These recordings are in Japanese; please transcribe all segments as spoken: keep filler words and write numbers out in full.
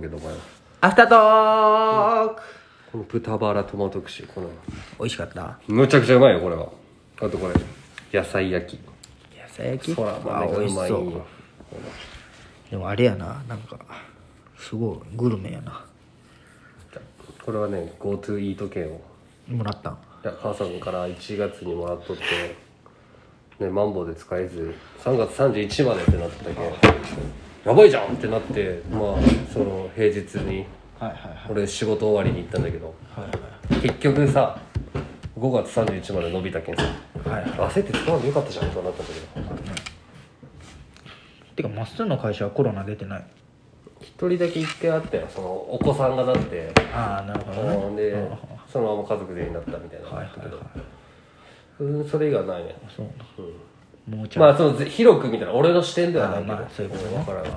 けどお前はアフタートーク、 この豚バラトマト串この美味しかった。 むちゃくちゃうまいよこれは。あとこれ野菜焼き野菜焼きそらあ豆がうまいよ。 でもあれやな、なんかすごいグルメやな。 これはね GoTo イート券をもらったん。 いや母さんからいちがつにもらっとってね、マンボウで使えずさんがつさんじゅういちまでってなってたけどやばいじゃんってなって、まあその平日に俺仕事終わりに行ったんだけど、はいはい、結局さごがつさんじゅういちまで伸びたけんさ、はいはい、焦って使わんでよかったじゃんとなったんだけど、ね、 てかまっすーの会社はコロナ出てない？ 一人だけ一回あったよ、そのお子さんがなって、 ああなるほどね、 でそのまま家族全員になったみたいなのがあったけど、はいはいはい、うん、それ以外はないね。そうな、うん、もうちょまあその広く見たら俺の視点ではないけど、まあ、そういうことね、分からん。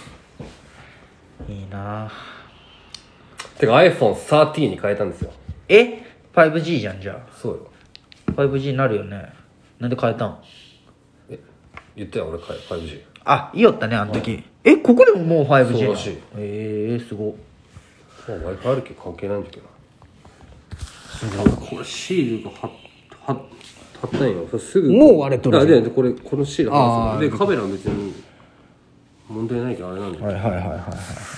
いいな。 てか アイフォンサーティーン に変えたんですよ。 え ファイブジー じゃん。じゃあそうよファイブジー になるよね。なんで変えたん？ え言ったよ俺 ファイブジー。 あ、いいよったねあの時、はい、えここでももう ファイブジーそうらしい。 えー、すごっ。 Wi-Fi あるけど関係ないんだけど、すごい。これシールが貼っ貼ったんよ。すぐもう割れとる。 あでこれこのシール貼るでカメラは別に問題ないけどあれなんだけど、 はいはいはいはいはい。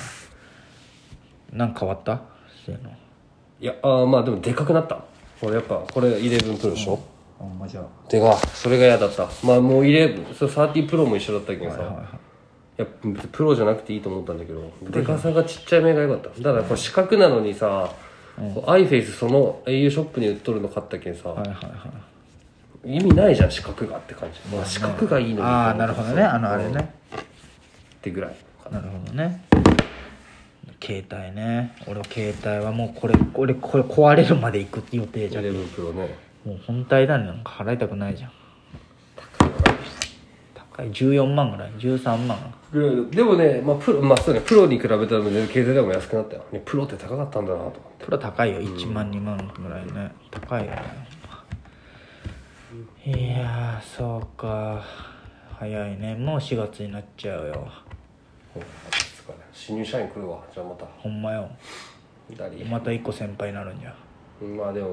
なんか変わった？性能。 いやあまあでもでかくなった。これやっぱこれじゅういちプロでしょ。 あんまじゃあでかそれが嫌だった。まあもうじゅういちそれサーティープロも一緒だったけどさ、はいはいはい、いやプロじゃなくていいと思ったんだけどでかさがちっちゃい目が良かった。だからこれ四角なのにさ、うん、アイフェイスその エーユー ショップに売っとるの買ったけんさ、はいはいはい、意味ないじゃん四角がって感じ、まあ、四角がいいのに。 ああなるほどね、あのあれねってぐらい。 なるほどね。携帯ね、俺携帯はもうこれこれこれ壊れるまで行く予定じゃん。じゅういちプロね、もう本体だね、なんか払いたくないじゃん。高い高いじゅうよんまんぐらい、じゅうさんまん。 でもね、まあプロ、まあそうね、プロに比べたら全然携帯でも安くなったよ、ね、プロって高かったんだなと思って。 プロ高いよ、いちまんにまんぐらいね、高いよね。いやーそうか、早いね、もうしがつになっちゃうよ。 新入社員来るわ。じゃあまたほんまよ、またいっこ先輩になるんじゃ。 まあでも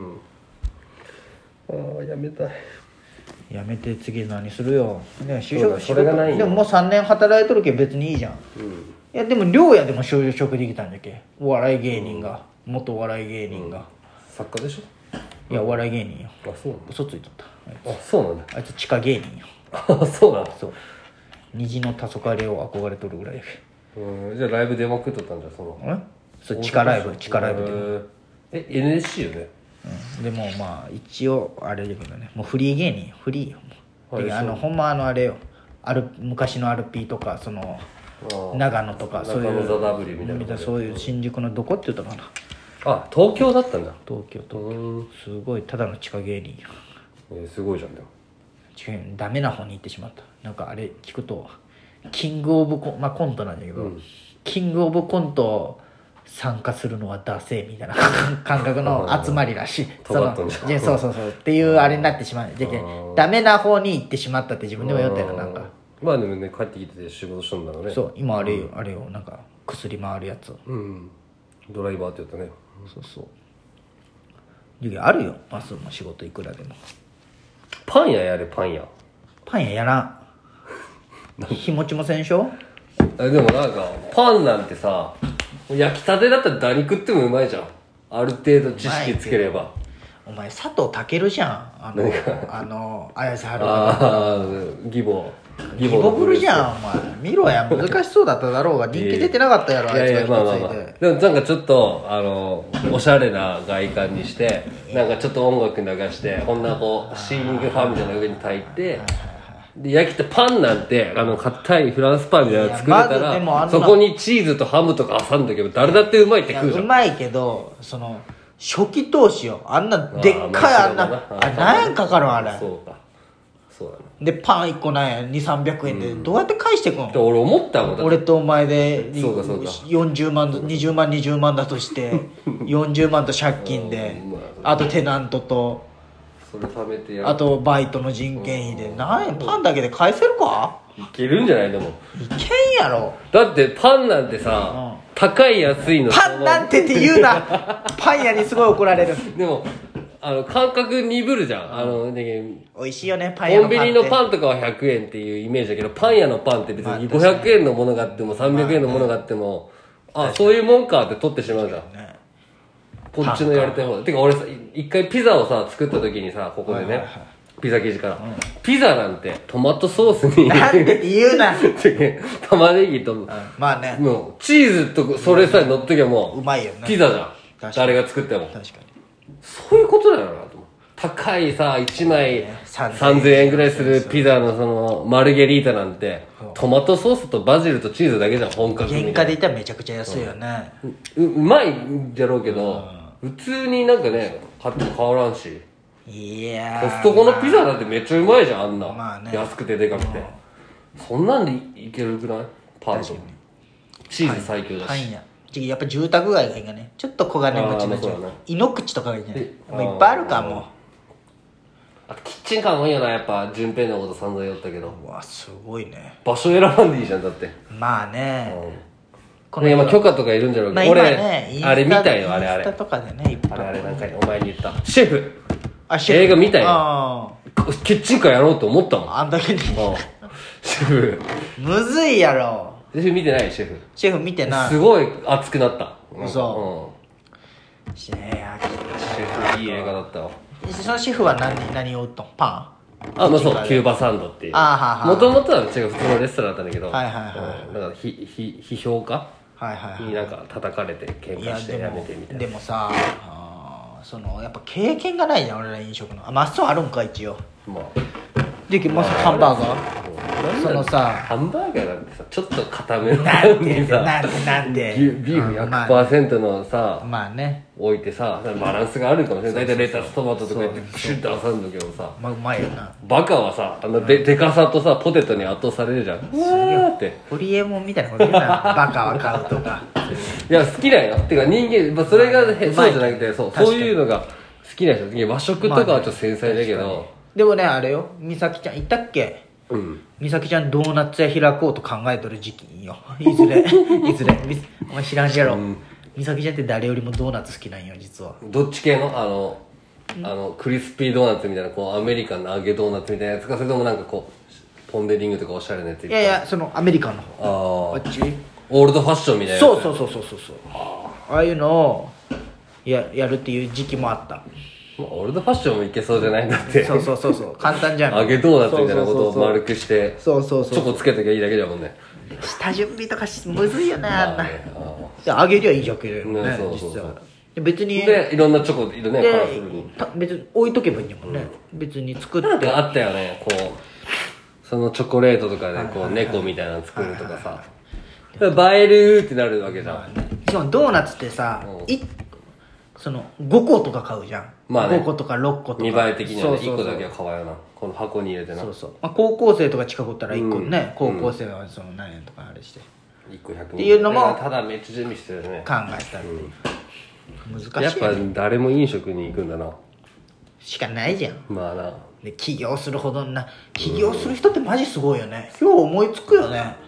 うんああやめたい。 やめて次何するよ、ね、就職それがないよ。 でももうさんねん働いとるけ別にいいじゃん、うん、いやでも寮屋でも就職できたんだっけ、お笑い芸人が、うん、元お笑い芸人が、うん、 作家でしょ。いやお笑い芸人よ。 あそうなんだ。 嘘ついとった。 あそうなんだ。 あいつ地下芸人よ。 あそうなんだ。そう虹の黄昏を憧れとるぐらいやけ。 うん、じゃあライブ出まくっとったんじゃその。 えそう地下ライブ地下ライブでえ エヌエスシー よね。 うん、でもまあ一応あれだけどね、もうフリー芸人よ、フリーよもう、はい、あのほんまあのあれよ、ある昔の アールピー とかその長野とかそういう中野ザ W みたいなそういう新宿のどこって言ったかな。 あ東京だったんだ。 東京東京すごいただの地下芸人よ。 えー、すごいじゃん。でも違う、ダメな方に行ってしまった。なんかあれ聞くとキングオブコン、まあコントなんだけど、うん、キングオブコント参加するのはダセーみたいな感覚の集まりらしい。そのそうそうそうっていうあれになってしまう。じゃけダメな方に行ってしまったって自分でも言ったよ。なんかまあでもね帰ってきて仕事したんだろうね。 そう今あれよ、うん、あれよなんか薬回るやつ、 うん、ドライバーって言ったね。 そうそうあるよバスの仕事いくらでも。 パン屋やれパン屋。 パン屋やらん日持ちもせんしょ。 でもなんかパンなんてさ焼きたてだったら何食ってもうまいじゃん、ある程度知識つければ。 お前佐藤健じゃん、あのあの綾瀬はるああ義母義母ぶるじゃんお前。見ろや難しそうだっただろうが人気出てなかったやろあいつが。いやいやまあまあまあでもなんかちょっとあのおしゃれな外観にしてなんかちょっと音楽流してこんなこうシーリングファンみたいな上に焚いてで焼きたパンなんてあの硬いフランスパンみたいなの作れたら、ま、そこにチーズとハムとか挟んだけど誰だってうまいって食うじゃん。 うまいけどその初期投資よ、あんなでっかいあんなあれ何円かかるんあれ。 そうかそうだね。でパンいっこなんやにせんさんびゃくえんでどうやって返してくん、うん、 俺思ったもん。 俺とお前でそうかそうかよんじゅうまんにじゅうまんにじゅうまんだとしてよんじゅうまんと借金であとテナントとそれ貯めてやる、 あとバイトの人件費で何円パンだけで返せるか。 いけるんじゃない。でもいけんやろ。 だってパンなんてさ、うん、 高い安いのパンなんてって言うなパン屋にすごい怒られる。 でもあの感覚鈍るじゃん、あのね、 美味しいよねパン屋のパンって。 コンビニのパンとかはひゃくえんっていうイメージだけど、パン屋のパンって別にごひゃくえんのものがあってもさんびゃくえんのものがあっても、あ、そういうもんかって取ってしまうじゃん、 ね、 こっちのやりたい方だ。てか俺さ、一回ピザをさ作った時にさ、ここでね、 はいはいはい、 ピザ生地から、うん、ピザなんてトマトソースになんてって言うな玉ねぎと、うん、 まあね、 もうチーズとそれさえ乗っときゃもううまいよね、 ピザじゃん、誰が作っても。 確かにそういうことだよなと思う。高いさいちまいさんぜんえんぐらいするピザのそのマルゲリータなんてトマトソースとバジルとチーズだけじゃん、本格的に。 原価で言ったらめちゃくちゃ安いよね、 う, うまいんじゃろうけど、うん、普通になんかね買っても変わらんし。 いやコストコのピザだってめっちゃうまいじゃん、あんな、 まあね、 安くてでかくて、うん、そんなんでいけるくない？パンとチーズ最強だし、 パンややっぱ住宅街がいいかね、ちょっと小金持ちの地、ね、井の口とかがいいじゃない、いっぱいあるかもう。 あとキッチンカーもいいよな、やっぱ順平のこと散々言ったけど。 うわすごいね、 場所選ばんでいいじゃんだって。まあね、 うん、この今許可とかいるんじゃろうけど、まあ、俺、ね、あれ見たよ、あれあれインスタとかでね、 あれあれなんかお前に言ったシェフ、 あシェフ映画見たよ、キッチンカーやろうと思ったもん、 あんだけにシェフむずいやろ。 シェフ見てない？シェフシェフ見てない。 すごい熱くなった。 嘘、うん、シェフいい映画だったわ。 そのシェフは何何を売ったの？パン？ あ、まあそう、キューバサンドっていう。 あははもともとは違う普通のレストランだったんだけど、 はいはいはい、 うん、なんかひひ批評家はいはいはいになんか叩かれて喧嘩してやめてみたいな。 でもさあ、そのやっぱ経験がないじゃん俺ら飲食の。あ、マッソあるんか一応。まあでマッソハンバーガー、そのさハンバーガーなんてさちょっと固めのパンにさなんでなんでビーフ ひゃくパーセント のさ、 まあね置いてさバランスがあるかもしれない。大体レタストマトとか言ってプシュッと挟んだけどさ、 まあうまいよな。 バカはさあのででかさとさポテトに圧倒されるじゃん。うわーってホリエモンみたいなこと言うなバカは買うとかいや好きなんよ。てか人間、まあ、それが、ね、そうじゃなくてそうそういうのが好きな人。和食とかはちょっと繊細だけど、まあね、 でもねあれよ、美咲ちゃんいたっけ、 うん、 美咲ちゃんドーナツ屋開こうと考えとる時期よいずれいずれお前知らんじゃろ、うん、美咲ちゃんって誰よりもドーナツ好きなんよ実は。 どっち系のあのあのクリスピードーナツみたいなこうアメリカンの揚げドーナツみたいなやつか、それともなんかこうポン・デ・リングとかおしゃれなやつ。 いやいやそのアメリカンの方、 ああっちオールドファッションみたいなやつ。 そうそうそうそうそうそう、ああいうのをややるっていう時期もあった。 オールドファッションもいけそうじゃないんだってそうそうそうそう簡単じゃん。 揚げドーナツみたいなことを丸くしてそうそうそうチョコつけときゃいいだけだもんね。 下準備とかしむずいよねあんな、ね、揚げりゃいいじゃけどね、ね、そうそうそう、実は別にでいろんなチョコいるね、カラフルに別に置いとけばいいんだもんね、うん、別に作ってなんかあったよね、こうそのチョコレートとかでこう猫みたいなの作るとかさ、映えるってなるわけじゃん、まあね、 しかもドーナツってさ、うん、いそのごことか買うじゃん、まあね、ごことかろっことかにばい的にはね、いっこだけは買わんよな、この箱に入れてな。そうそう、 まあ、高校生とか近くおったらいっこね、うん、高校生はその何円とかあれしていっこひゃくっていうのもただめっちゃ準備してるね、 考えたら、うん、難しい、ね、 やっぱ誰も飲食に行くんだなしかないじゃん。 まあなで起業するほどな起業する人ってマジすごいよね、今日思いつくよね。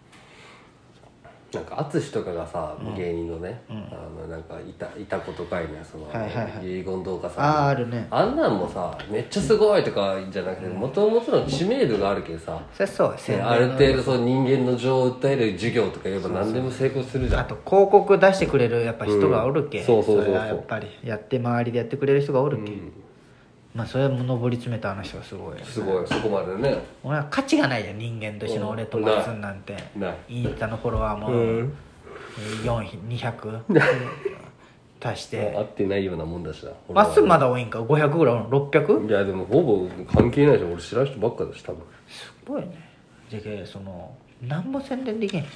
なんか淳とかがさ、うん、芸人のね、うん、あのなんかいたいたことかいね、その、はいはいはい、遺言動画さんああるね、 あんなんもさめっちゃすごいとかじゃなくて、もともとの知名度があるけどさ、 そりゃそうですね、ある程度その人間の情を訴える授業とか言えば何でも成功するじゃん。 あと広告出してくれるやっぱ人がおるけ、 うん、そうそうそうそう、 それはやっぱりやって周りでやってくれる人がおるけ、うん、まあそれも上り詰めた話はすごい、ね、 すごいそこまでね。 俺は価値がないじゃん人間としての、俺とマッスンなんて、インスタのフォロワーも、うんにひゃく足して合ってないようなもんだしな。 まっすぐまだ多いんかごひゃくぐらい ろっぴゃく？ いやでもほぼ関係ないし、俺知らん人ばっかだし多分。 すごいね。じゃけその何も宣伝できん。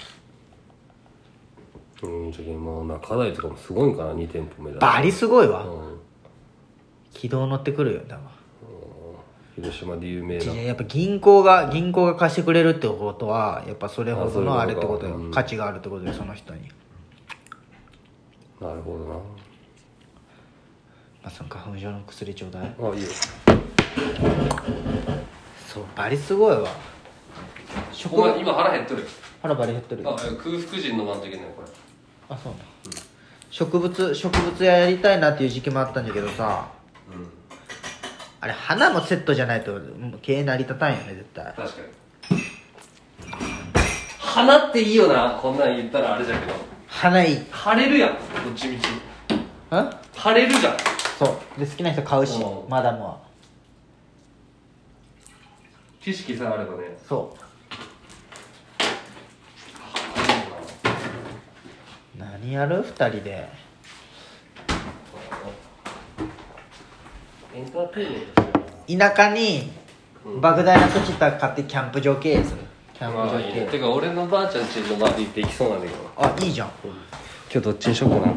うん、じゃけまあ中台とかもすごいんかな、に店舗目だ。 バリすごいわ、うん、軌道乗ってくるよ多分。 広島で有名な。 やっぱ銀行が銀行が貸してくれるってことはやっぱそれほどのあれってことよ、うん、価値があるってことよその人に。 なるほどな。 まあその花粉症の薬ちょうだい。 あいいよ。 そうバリすごいわ。 お前今腹減っとる。 腹バリ減っとる。 あ空腹時に飲まんといけないこれ。 あそうな、うん、植物植物屋やりたいなっていう時期もあったんだけどさ、うん、あれ花もセットじゃないと経営成り立たんよね絶対。 確かに花っていいよな。こんなん言ったらあれじゃけど花いい。 晴れるやんどっちみち。 ん晴れるじゃん。 そうで好きな人買うし、うん、マダムは知識さえあればね。 そう何やる二人で。 エンターテインメント田舎に莫大な土地買ってキャンプ場経営する。キャンプ場経営、 まあ、てか俺のばあちゃん家の周りできそうなんだけど。 あいいじゃん、うん、 今日どっちにしようかな。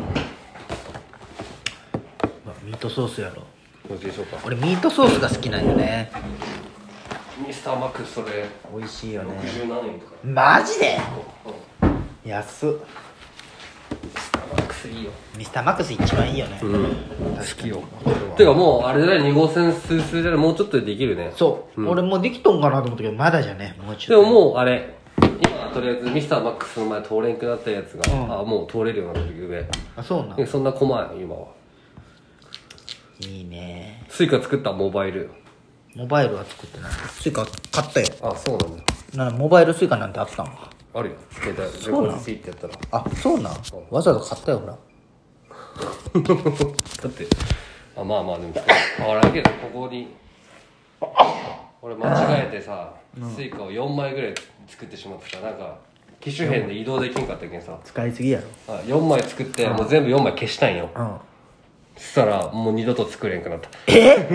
ミートソースやろ。 どっちにしようか。 俺ミートソースが好きなんよね。 ミスターマックスそれ美味しいよね。 ろくじゅうなんえんとか。 マジで、 うん、 安っ。 ミスターマックスいいよ。 ミスターマックス一番いいよね、 うん、好きよ。てかもうあれじゃないに号線スースーじゃないもうちょっとでできるね。 そう、うん、俺もうできとんかなと思ったけどまだじゃね。もうちょっとでももうあれ今とりあえずミスターマックスの前通れんくなったやつが、うん、あもう通れるようになってる上。 あそうなん。 そんな細い今は。 いいね。 スイカ作ったモバイル。 モバイルは作ってない。スイカ買ったよ。 あそうなんだ。 なモバイルスイカなんてあったん？ あるよ携帯。 そうなん。 スイってやったら。 あそうなん。わざわざ買ったよほらだってあまあまあでも変わらんけどここに俺間違えてさ、うん、スイカをよんまいぐらい作ってしまってさなんか機種変で移動できんかったけんさ使いすぎやろ。 あよんまい作ってもう全部よんまい消したんよ、うん、そしたらもう二度と作れんくなった。 え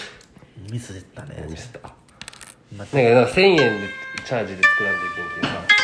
ミスったね。 ミスった。なんかせんえんでチャージで作らんといけんけんさ